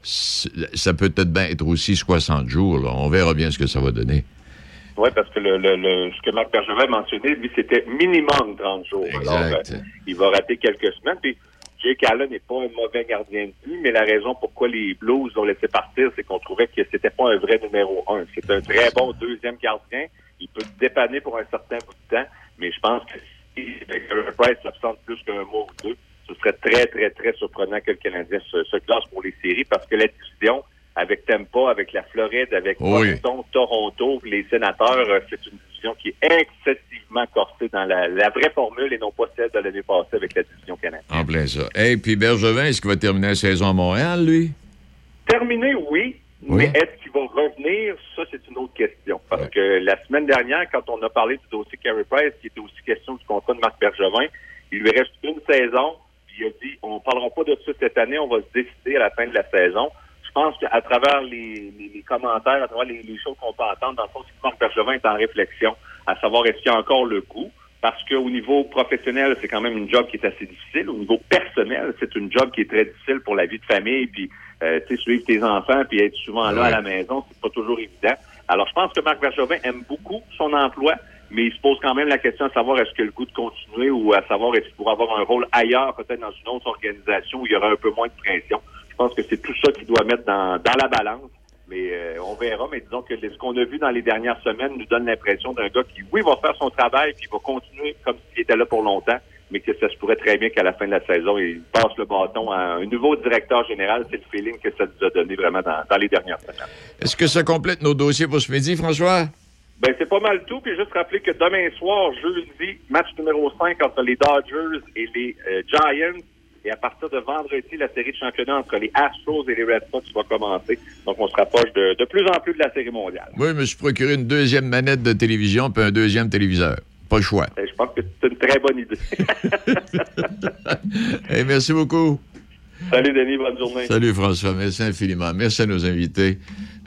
Ça peut peut-être bien être aussi 60 jours. Là. On verra bien ce que ça va donner. Oui, parce que ce que Marc Bergevin a mentionné, lui, c'était minimum 30 jours. Exact. Alors, il va rater quelques semaines. Puis Jake Allen n'est pas un mauvais gardien de but, mais la raison pourquoi les Blues l'ont laissé partir, c'est qu'on trouvait que c'était pas un vrai numéro 1. C'est un très bon deuxième gardien. Il peut se dépanner pour un certain bout de temps, mais je pense que si Price s'absente plus qu'un mois ou deux, ce serait très, très, très surprenant que le Canadien se classe pour les séries parce que la division avec Tampa, avec la Floride, avec Boston, Toronto, les Sénateurs, c'est une division qui est excessivement corsée dans la vraie formule et non pas celle de l'année passée avec la division canadienne. En plein ça. Hey, puis Bergevin, est-ce qu'il va terminer la saison à Montréal, lui? Terminer, oui. Mais est-ce qu'il va revenir? Ça, c'est une autre question. Parce que la semaine dernière, quand on a parlé du dossier Carey Price, qui était aussi question du contrat de Marc Bergevin, il lui reste une saison. Il a dit, on ne parlera pas de ça cette année, on va se décider à la fin de la saison. Je pense qu'à travers les commentaires, à travers les choses qu'on peut entendre, dans le fond, c'est que Marc Bergevin est en réflexion à savoir est-ce qu'il y a encore le goût. Parce qu'au niveau professionnel, c'est quand même une job qui est assez difficile. Au niveau personnel, c'est une job qui est très difficile pour la vie de famille, puis suivre tes enfants, puis être souvent là à la maison, c'est pas toujours évident. Alors, je pense que Marc Bergevin aime beaucoup son emploi, mais il se pose quand même la question de savoir est-ce qu'il a le goût de continuer ou à savoir est-ce qu'il pourrait avoir un rôle ailleurs, peut-être dans une autre organisation où il y aurait un peu moins de pression. Je pense que c'est tout ça qu'il doit mettre dans la balance. Mais on verra, mais disons que ce qu'on a vu dans les dernières semaines nous donne l'impression d'un gars qui, oui, va faire son travail puis va continuer comme s'il était là pour longtemps, mais que ça se pourrait très bien qu'à la fin de la saison, il passe le bâton à un nouveau directeur général. C'est le feeling que ça nous a donné vraiment dans les dernières semaines. Est-ce que ça complète nos dossiers pour ce midi, François? Ben c'est pas mal tout. Puis juste rappeler que demain soir, jeudi, match numéro 5 entre les Dodgers et les Giants. Et à partir de vendredi, la série de championnat entre les Astros et les Red Sox va commencer. Donc, on se rapproche de plus en plus de la série mondiale. Oui, je me suis procuré une deuxième manette de télévision puis un deuxième téléviseur. Pas le choix. Et je pense que c'est une très bonne idée. Hey, merci beaucoup. Salut, Denis. Bonne journée. Salut, François. Merci infiniment. Merci à nos invités.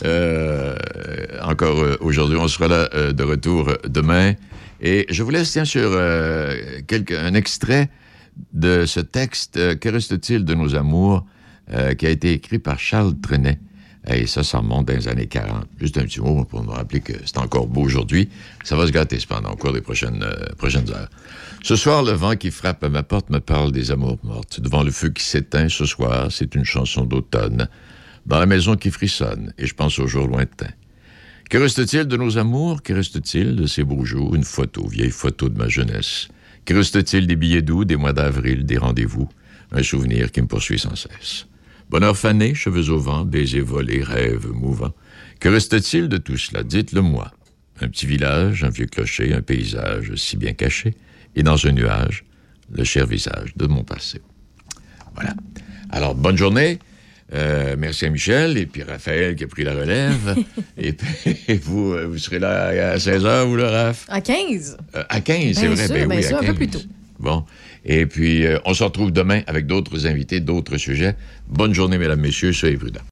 Encore aujourd'hui, on sera là de retour demain. Et je vous laisse, sur un extrait de ce texte « Que reste-t-il de nos amours » qui a été écrit par Charles Trenet. Et ça remonte dans les années 40. Juste un petit mot pour nous rappeler que c'est encore beau aujourd'hui. Ça va se gâter cependant au cours des prochaines heures. Ce soir, le vent qui frappe à ma porte me parle des amours mortes. Devant le feu qui s'éteint ce soir, c'est une chanson d'automne. Dans la maison qui frissonne, et je pense aux jours lointains. Que reste-t-il de nos amours? Que reste-t-il de ces beaux jours? Une photo, vieille photo de ma jeunesse. Que reste-t-il des billets doux, des mois d'avril, des rendez-vous? Un souvenir qui me poursuit sans cesse. Bonheur fané, cheveux au vent, baisers volés, rêves mouvants. Que reste-t-il de tout cela? Dites-le-moi. Un petit village, un vieux clocher, un paysage si bien caché. Et dans un nuage, le cher visage de mon passé. Voilà. Alors, bonne journée. Merci à Michel et puis Raphaël qui a pris la relève. Et puis, vous serez là à 16h, vous, le Raph? À 15. À 15, c'est vrai. Sûr, oui, sûr, à 15. un peu plus tôt. Bon. Et puis, on se retrouve demain avec d'autres invités, d'autres sujets. Bonne journée, mesdames, messieurs. Soyez prudents.